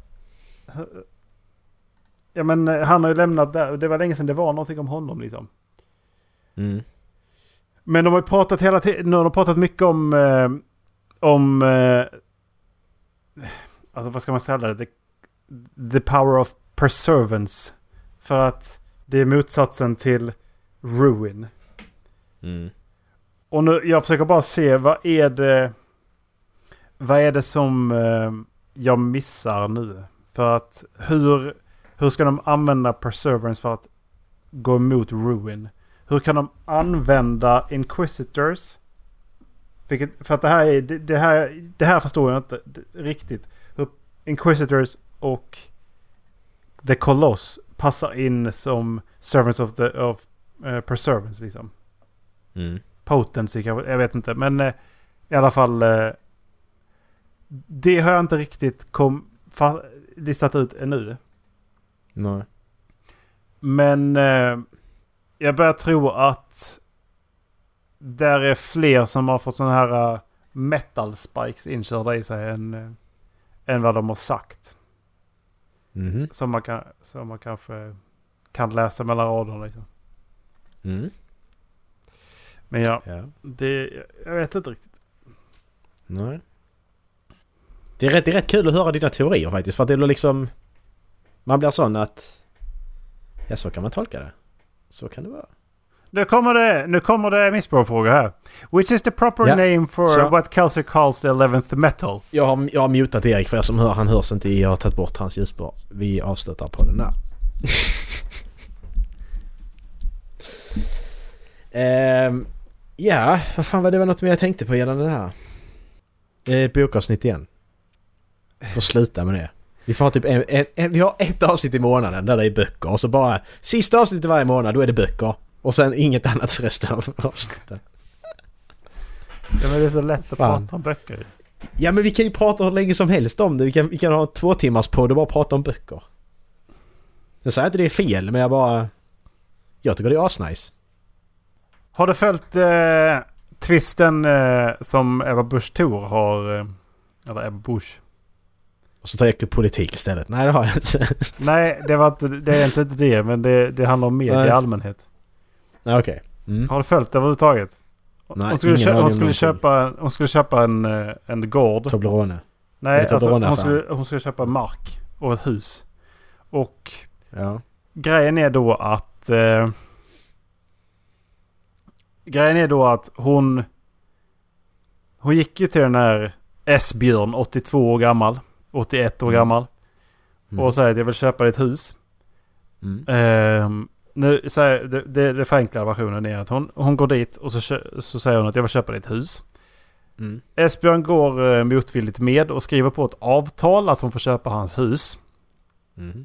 ja men eh, han har ju lämnat där. Det var länge sedan det var någonting om honom liksom. Mm. Men de har ju pratat hela tiden. Nu har de pratat mycket om... Eh, om... Eh, alltså vad ska man säga det? The, the power of perseverance. För att det är motsatsen till ruin. Mm. Och nu, jag försöker bara se vad är det... Vad är det som eh, jag missar nu? För att hur, hur ska de använda perseverance för att gå emot ruin? Hur kan de använda inquisitors? Vilket, för att det här, är, det, det, här, det här förstår jag inte riktigt. Hur inquisitors och the Coloss passar in som servants of, the, of uh, perseverance liksom. Mm. Potency, jag vet inte. Men uh, i alla fall uh, det har jag inte riktigt kom, fa, listat ut ännu. Nej. Men uh, jag börjar tro att där är fler som har fått såna här uh, metal spikes inkörda i sig än, uh, än vad de har sagt. Mm. Som man, kan, som man kanske kan läsa mellan raderna liksom. Mm. Men ja, Ja. det, jag vet inte riktigt. Nej. Det är, rätt, det är rätt kul att höra dina teorier faktiskt. För att det är liksom... Man blir sån att... Ja, så kan man tolka det. Så kan det vara. Nu kommer det, nu kommer det missbrofråga här. Which is the proper Ja, name for så. what Kelsey calls the eleventh metal? Jag har, jag har mutat Erik för er som hör. Han hörs inte i. Jag har tagit bort hans ljusspår. Vi avslutar på den här. ehm, ja, vad fan var det var något mer jag tänkte på gällande det här? Eh, bokavsnitt igen. Får sluta med det. Vi får ha typ en, en, en, vi har ett avsnitt i månaden där det är böcker. Och så bara sista avsnittet varje månad, då är det böcker. Och sen inget annat resten av avsnittet. Ja, men det är så lätt att Fan. prata om böcker. Ja, men vi kan ju prata hur länge som helst om det. Vi kan, vi kan ha två timmars på det och bara prata om böcker. Jag säger inte det är fel, men jag bara... Jag tycker det är asnice. Har du följt eh, twisten eh, som Ebba Busch Thor har... Eh, eller Ebba Busch. Och så tar jag upp politik istället. Nej, det har jag inte. Nej, det, var inte, det är inte det, men det, det handlar om media i allmänhet. Nej, okej. Okay. Mm. Har du följt det överhuvudtaget? Nej, hon skulle, ingen köpa, hon skulle köpa Hon skulle köpa en, en gård. Toblerone. Nej, alltså, Toblerone hon, skulle, hon skulle köpa mark och ett hus. Och ja. grejen är då att eh, grejen är då att hon hon gick ju till den här S-Björn, åttiotvå år gammal, åttioett år Mm. gammal, Mm. och säger att jag vill köpa ditt hus. Mm. Eh, nu, så här, det, det, det förenklade versionen är att hon, hon går dit och så, kö- så säger hon att jag vill köpa ditt hus. Mm. Esbjörn går eh, motvilligt med och skriver på ett avtal att hon får köpa hans hus. Mm.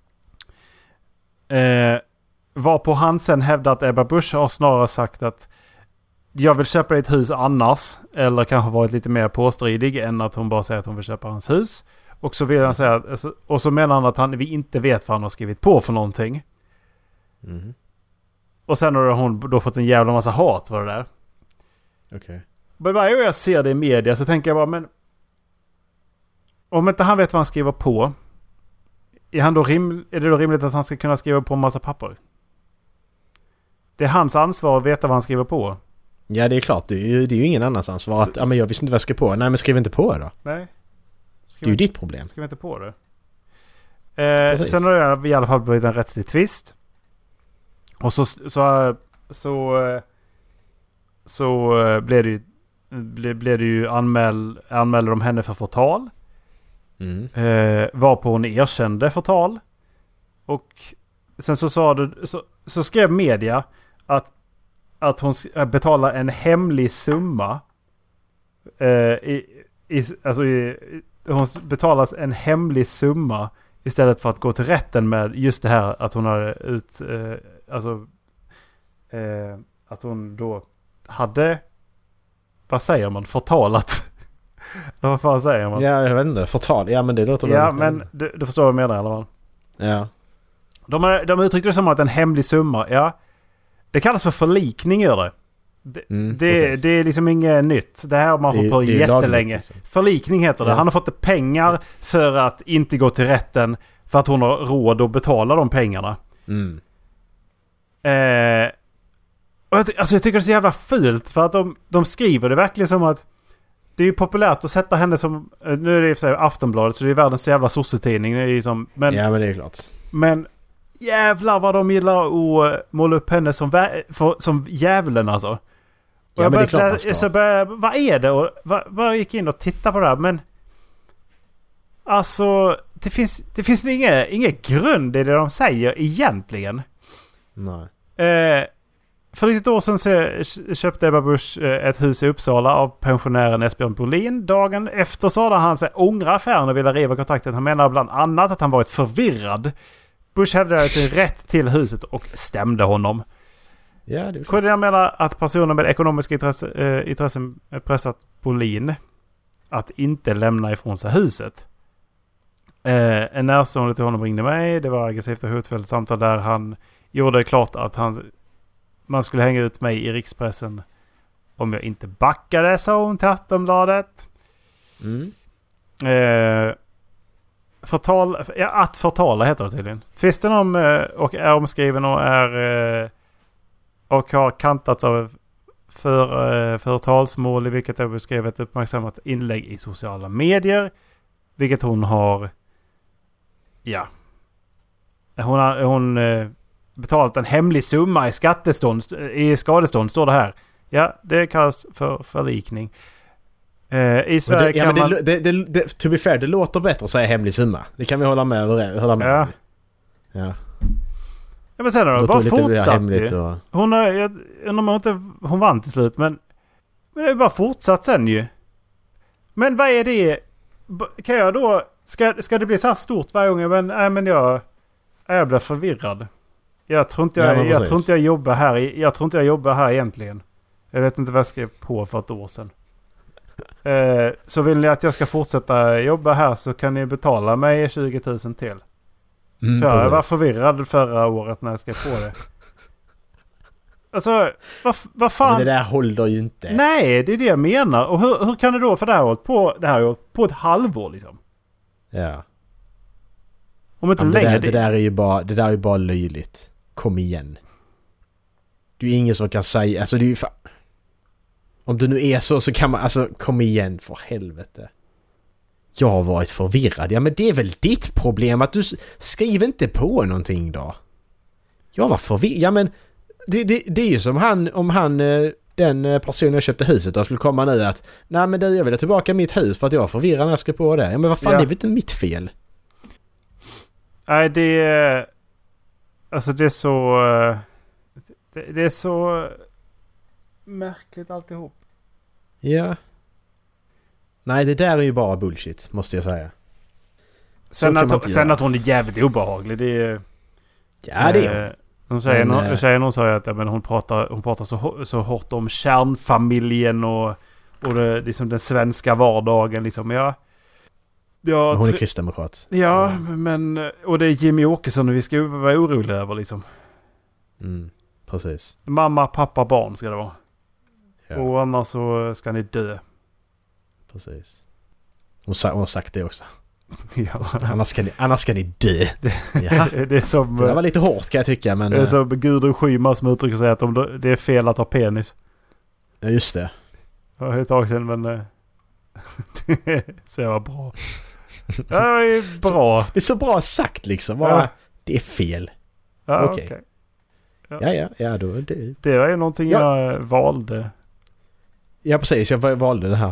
Eh, varpå han sen hävdar att Ebba Busch har snarare sagt att jag vill köpa ditt hus annars. Eller kanske varit lite mer påstridig än att hon bara säger att hon vill köpa hans hus. Och så vill han säga, och så menar han att han, vi inte vet vad han har skrivit på för någonting. Mm. Och sen har hon då fått en jävla massa hat för det där. Okej. Okay. Men varje gång jag ser det i media så tänker jag bara, men om inte han vet vad han skriver på, är, han då rim, är det då rimligt att han ska kunna skriva på en massa papper? Det är hans ansvar att veta vad han skriver på. Ja, det är klart. Det är ju, det är ju ingen annans ansvar att, ja, men jag visste inte vad jag skrev på. Nej, men skriv inte på det då. Nej. Det är ju ditt problem. Skriv inte på det. Eh, sen har det i alla fall blivit en rättslig tvist. Och så så så så, så blev det ju ble, blev det ju anmäl, anmälde de henne för förtal. Mm. Eh, varpå hon erkände förtal. Och sen så sa det, så, så skrev media att att hon betalar en hemlig summa eh, i, i, alltså i, hon betalas en hemlig summa istället för att gå till rätten med just det här att hon har ut eh, alltså eh, att hon då hade, vad säger man, förtalat Vad fan säger man? Ja, jag vet inte. Förtal. Ja, men det låter Ja, väl... men du, du förstår vad jag menar i alla fall. Ja. De, är, de uttryckte det som att en hemlig summa, ja. Det kallas för förlikning, gör det. Det, Mm, det, det är liksom inget nytt. Det här har man hållit på jättelänge. Liksom. Förlikning heter det. Ja. Han har fått pengar för att inte gå till rätten för att hon har råd att betala de pengarna. Mm. Eh, och jag, alltså jag tycker det är så jävla fult för att de, de skriver det verkligen som att det är ju populärt att sätta henne som... Nu är det i och för sig Aftonbladet så det är världens jävla sossetidning. Det är liksom, men, ja, men det är klart. Men jävlar vad de gillar att måla upp henne som, vä- för, som djävulen alltså. Och ja, jag men det är klart började, man ska. så började, vad är det? Och vad, vad gick in och tittade på det här? Men alltså, det finns, det finns inget, inget grund i det de säger egentligen. Nej. Eh, för ett år sedan så köpte Ebba Busch ett hus i Uppsala av pensionären Esbjörn Bolin. Dagen efter så hade han sig ångra affären och ville riva kontraktet. Han menar bland annat att han varit förvirrad. Busch hävdade sin rätt till huset och stämde honom. Ja, det är klart. Jag menar att personer med ekonomiska intresse, äh, intressen pressat Bolin att inte lämna ifrån sig huset. Eh, en närstående till honom ringde mig. Det var aggressivt och hotfullt samtal där han gjorde det klart att han, man skulle hänga ut mig i rikspressen om jag inte backade, sa hon till Aftonbladet. Mm. Eh, förtal, ja, att förtala heter det tydligen. Tvisten om eh, och är omskriven och är eh, och har kantats av för, eh, förtalsmål i vilket jag beskrev ett uppmärksammat inlägg i sociala medier. Vilket hon har ja hon har hon eh, betalat en hemlig summa i skattestånd i skadestånd står det här. Ja, det kallas för förlikning. Eh, I Sverige det, ja, kan men man... det, det, det, det, to be fair, det låter bättre att säga hemlig summa. Det kan vi hålla med, hålla med. Ja. Ja. Ja, men sen har det bara fortsatt ju. Och... Hon har, jag undrar om inte hon vann till slut, men, men det är bara fortsatt sen ju. Men vad är det? Kan jag då, ska, ska det bli så här stort varje gång? Men, nej, men jag, jag blir förvirrad. Jag tror inte jag, ja, jag, tror inte jag jobbar här. Jag tror inte jag jobbar här egentligen. Jag vet inte vad jag skrev på för ett år sedan. Eh, så vill ni att jag ska fortsätta jobba här så kan ni betala mig tjugo tusen till. Mm, för jag var förvirrad förra året när jag skrev på det. Alltså, vad, vad fan? Men det där håller ju inte. Nej, det är det jag menar. Och hur, hur kan det då, för det här året på, det här året, på ett halvår liksom? Ja. Om inte ja, längre. Det där, det där är ju bara, det där är ju bara löjligt. Kom igen. Du är ingen som kan säga, alltså det är ju fan... Om du nu är så så kan man, alltså kom igen för helvete. Jag har varit förvirrad. Ja, men det är väl ditt problem att du skriver inte på någonting då. Jag var förvirrad. Ja, men det, det, det är ju som han, om han, den personen jag köpte huset då skulle komma nu att nej men du, jag vill ha tillbaka mitt hus för att jag var förvirrad när jag skrev på det. Ja, men vad fan, ja. Det är väl inte mitt fel? Nej, det är... Alltså det är så... Det, det är så... märkligt alltihop. Ja. Nej, det där är ju bara bullshit, måste jag säga. Sen, att, sen att hon är jävligt obehaglig, det är... Ja, det är hon. Hon säger, men, någon, säger någon säger att ja, men hon pratar, hon pratar så, så hårt om kärnfamiljen och, och det, liksom den svenska vardagen. Liksom. Ja, ja, hon är kristdemokrat. Ja, mm. men... Och det är Jimmy Åkesson och vi ska vara oroliga över liksom. Mm, precis. Mamma, pappa, barn ska det vara. Ja. Och annars så ska ni dö. Precis. Hon, sa, hon har sagt det också. Ja. Annars, ska ni, annars ska ni dö. Det, ja. det, är som, det var lite hårt kan jag tycka. Men, det är som Gudrun Schyman som uttrycker sig att de, det är fel att ha penis. Ja, just det. Det var ett tag sedan, men det så var bra. Ja, det är bra. Så, det är så bra sagt liksom. Bara, ja. Det är fel. Ja, okej. Okay. Okay. Ja. ja, ja, ja då, det... det var ju någonting ja. jag valde. Ja, precis. Jag valde det här.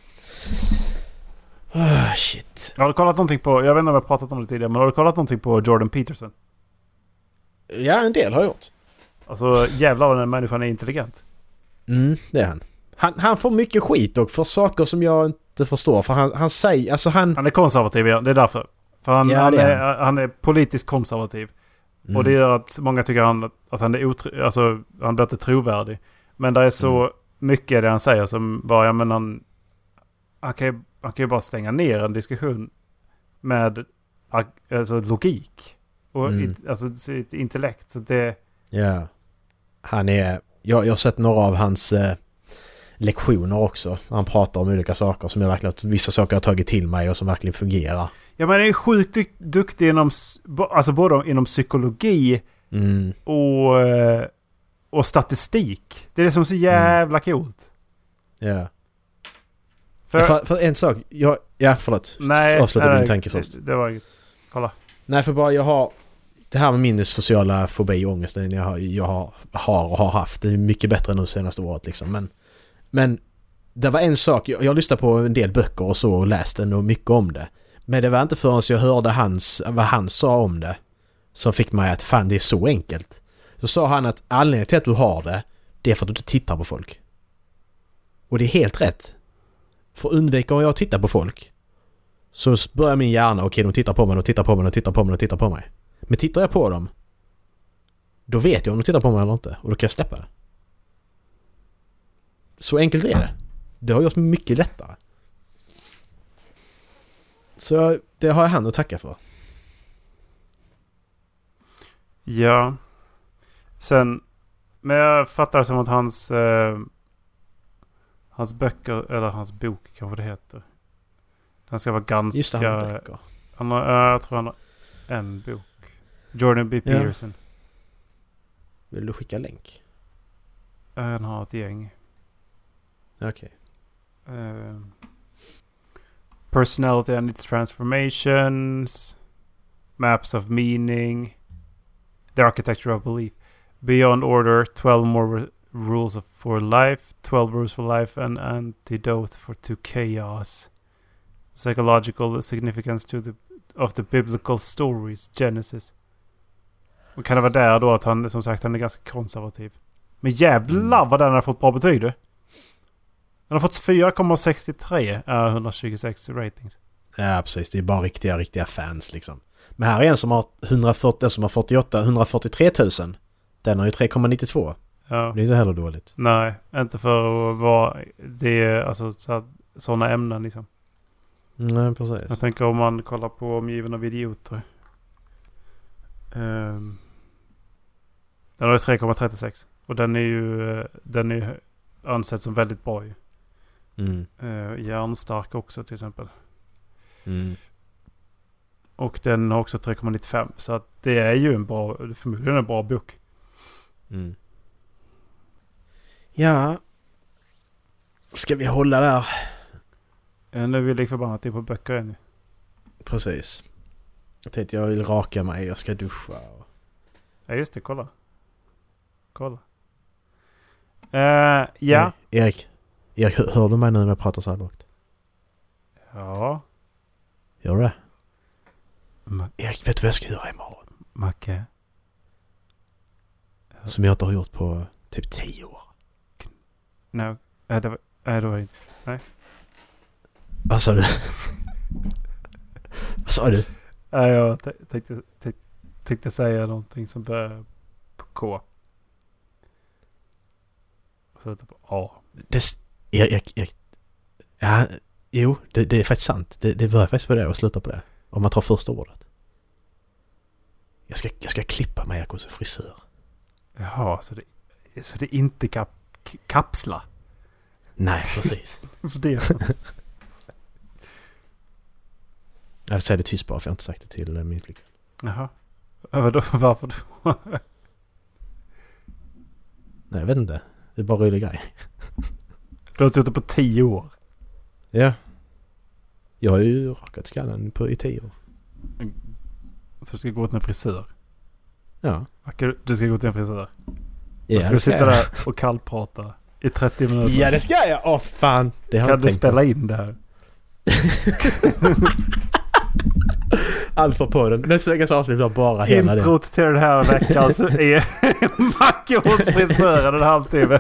Oh, shit. Har du kollat någonting på... Jag vet inte om jag har pratat om det tidigare, men har du kollat någonting på Jordan Peterson? Ja, en del har jag gjort. Alltså, jävlar vad den människan är intelligent. Mm, det är han. han. Han får mycket skit och för saker som jag inte förstår. För han, han säger... Alltså han... han är konservativ, ja. Det är därför. För han, ja, han, är, är, han är politiskt konservativ. Mm. Och det gör att många tycker han, att han är otro, alltså, han blir inte trovärdig. Men det är så mm. mycket det han säger som bara, ja men han, han kan ju, han kan ju bara stänga ner en diskussion med alltså, logik. Och Mm. it, alltså sitt intellekt. Så det... Ja. Han är... Jag, jag har sett några av hans eh, lektioner också. Han pratar om olika saker som jag verkligen... Vissa saker har tagit till mig och som verkligen fungerar. Ja, men han är sjukt du- duktig inom... Alltså både inom psykologi Mm. och, och statistik. Det är det som är så jävla mm. coolt. Ja. För, Ja, för, för en sak... Jag, ja, förlåt. nej, Avsluta nej, din tanke först. Det, det var inget. Kolla. Nej, för bara jag har... Det här med min sociala fobi och ångesten jag har, jag har, har och har haft. Det är mycket bättre än det senaste året liksom. Men, men det var en sak. Jag, jag lyssnade på en del böcker och så och läste nog mycket om det. Men det var inte förrän jag hörde hans, vad han sa om det som fick mig att fan, det är så enkelt. Så sa han att anledningen till att du har det, det är för att du inte tittar på folk. Och det är helt rätt. För att undvika om jag tittar på folk så börjar min hjärna, okej, okay, de tittar på mig, de tittar på mig, de tittar på mig, de tittar på mig. Men tittar jag på dem, då vet jag om de tittar på mig eller inte. Och då kan jag släppa det. Så enkelt är det. Det har gjort mig mycket lättare. Så det har jag han att tacka för. Ja. Sen, men jag fattar som att hans eh, hans böcker, eller hans bok kanske det heter. Den ska vara ganska... Just det, han har böcker. Han har, jag tror han har en bok. Jordan B. Peterson. Ja. Vill du skicka länk? Han har ett gäng. Okej. Okay. Uh, personality and its transformations. Maps of meaning. The architecture of belief. Beyond order. twelve more re- rules of, for life. twelve rules for life. And antidote for to chaos. Psychological significance to the of the biblical stories. Genesis. Och kan det vara där då att han, som sagt, han är ganska konservativ. Men jävlar vad den har fått bra betyg. Den har fått fyra komma sextiotre är etthundratjugosex ratings. Ja, precis. Det är bara riktiga, riktiga fans liksom. Men här är en som har hundrafyrtio, som har fyrtioåtta, hundrafyrtiotre tusen. Den har ju tre komma nittiotvå. Ja. Det är inte heller dåligt. Nej, inte för att vara... Det är alltså sådana ämnen liksom. Nej, precis. Jag tänker om man kollar på Omgiven av idioter. Um, den har ju tre komma trettiosex. Och den är ju den är ansedd som väldigt bra ju. Mm. Uh, hjärnstark också till exempel. Mm. Och den har också tre komma nittiofem. Så att det är ju en bra, förmodligen en bra bok. Mm. Ja. Ska vi hålla där? Uh, nu vill jag förbannat det på böcker än. Precis. Jag tänkte jag vill raka mig, jag ska duscha. Och... Ja just det, kolla. Kolla. Uh, ja. Erik, Erik, hör du mig nu när jag pratar så här lågt? Ja. Gör du det? Ma- Erik, vet du vad jag ska göra imorgon? Macke. Som jag inte har gjort på typ tio år. Nej, no. äh, det var, äh, det var inte. Nej. Vad sa du? Vad sa du? Äh, jag t- tänkte, t- tänkte säga någonting som börjar på K. Och slutar på A. Det, Erik, Erik, ja, jo, det, det är faktiskt sant. Det, det börjar faktiskt på det och slutar på det. Om man tar första ordet. Jag ska, jag ska klippa mig hos en frisör. Jaha, så det, så det är inte kap, kapsla? Nej, precis. För det är sant. Jag vill säga det tyst bara, för jag har inte sagt det till min flicka. Jaha. Vadå, varför då? Nej, jag vet inte. Det är bara rolig grej. Du har inte gjort det på tio år. Ja. Jag har ju rakat skallen på i tio år. Så du ska gå till en frisör? Ja. Du ska gå till en frisör? Ja, ska du sitta jag. där och kallprata i trettio minuter? Ja, det ska jag! Åh, fan! Det har kan jag du spela på. In det här? Allt för på den. Nästa veckas avsnitt blir bara hela det. Introt till den här veckan så är Macke hos frisören en halvtimme.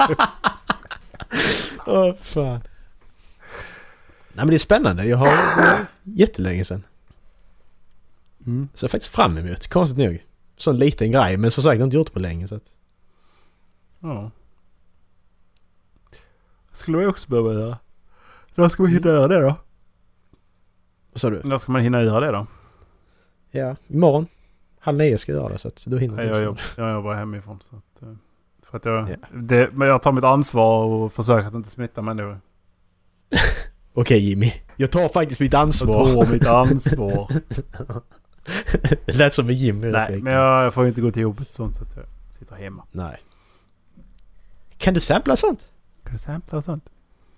Åh, fan. Nej, men det är spännande. Jag har uh, jättelänge sedan. Mm. Så jag är faktiskt fram emot. Konstigt nog. Så en liten grej. Men som sagt, jag har inte gjort det på länge. Så att... Ja. Skulle jag också behöva göra. När ska man hinna göra det då? Vad sa du? När ska man hinna göra det då? Ja, imorgon. Halv nio ska jag göra det, så att du hinner. Nej, jag, jobb, jag jobbar hemifrån. Så att, eh, för att jag, Ja. det, men jag tar mitt ansvar och försöker att inte smitta människor. Okej Jimmy, jag tar faktiskt mitt ansvar. Jag tar mitt ansvar. Det lät som en Jimmy. Nej, men jag, jag får inte gå till jobbet sånt så att jag sitter hemma. Nej. Kan du sampla sånt? Kan du sampla och sånt?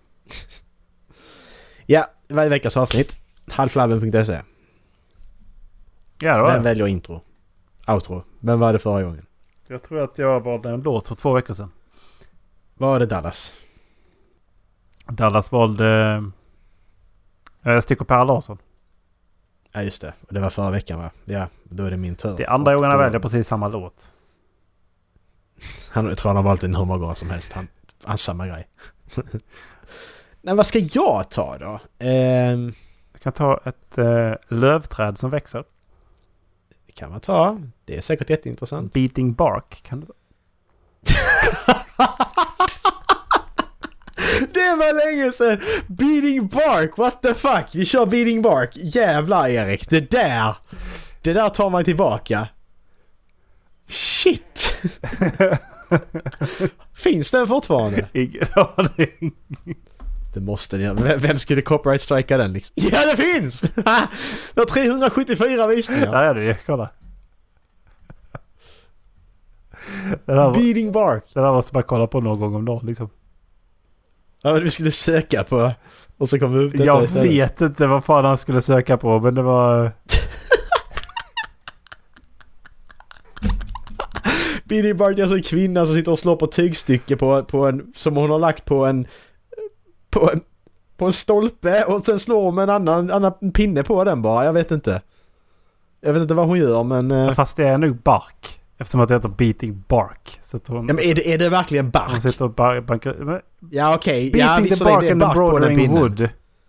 Ja, varje veckas avsnitt. halvflabben punkt se. Ja, det var Vem det. väljer intro? Outro. Vem var det förra gången? Jag tror att jag valde en låt för två veckor sedan. Var det Dallas? Dallas valde äh, Stick Per Larsson. Ja, just det. Och det var förra veckan, va? Ja, då är det min tur. Det är andra Och gången jag då- väljer precis samma låt. Han, jag tror han har valt en hur många gånger som helst. Han, han samma grej. Nej, vad ska jag ta då? Ehm, Jag kan ta ett äh, lövträd som växer. det kan man ta. Det är säkert jätteintressant. Beating Bark. Kan du... Det var länge sedan! Beating Bark, what the fuck? Vi kör Beating Bark. Jävlar Erik, det där! Det där tar man tillbaka. Shit! Finns den fortfarande? Ingen aning. Det måste det. Vem vem skulle copyright strika den liksom? Ja, det finns! Det har trehundrasjuttiofyra visningar. Där är det ju. Kolla. Det där var, Beating Bark. det där måste man kolla på någon gång om dagen liksom. Ja, men vi skulle söka på och så kommer vi upp detta Jag istället. vet inte vad fan han skulle söka på, men det var... Beating Bark är alltså en kvinna som sitter och slår på tygstycke på, på en, som hon har lagt på en på en, på en stolpe och sen slår hon med en annan, annan pinne på den bara. Jag vet inte. Jag vet inte vad hon gör, men... eh, Fast det är nog bark. Eftersom att det heter Beating Bark. Så att hon, Ja, men är det, är det verkligen hon bark? sitter och bar, bankar... men- Ja, okej. Ja, Beating the visserligen bark det är and the bark på den broadering pinnen. wood.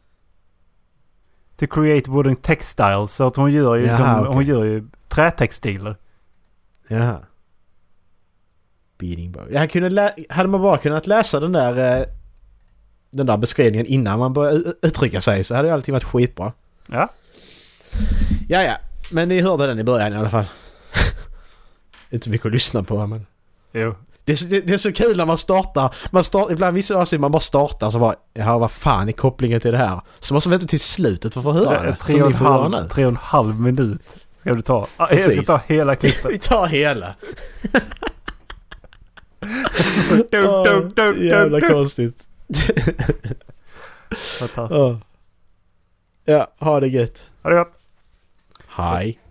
To create wooden textiles. Så att hon gör ju, Jaha, som, okej. hon gör ju trätextiler. Jaha. Beating Bark. Jag kunde lä- hade man bara kunnat läsa den där eh, den där beskrivningen innan man började u- uttrycka sig så hade det alltid varit skitbra. Ja. Ja, ja. Men ni hörde den i början i alla fall. Inte mycket att lyssna på, men... Jo. Det är, så, det, det är så kul när man startar. Man startar ibland vissa avsnitt man bara startar så bara... Ja, vad fan är kopplingen till det här? Så måste man vänta till slutet för att få höra det. Tre och, Som en ni får höra halv, nu. tre och en halv minut ska du ta. Ah, jag ska Precis. ta hela klippet. Vi tar hela. dum, Åh, dum, dum, jävla dum. konstigt. Fantastiskt. Åh. Ja, ha det gött. Ha det gott. Hej.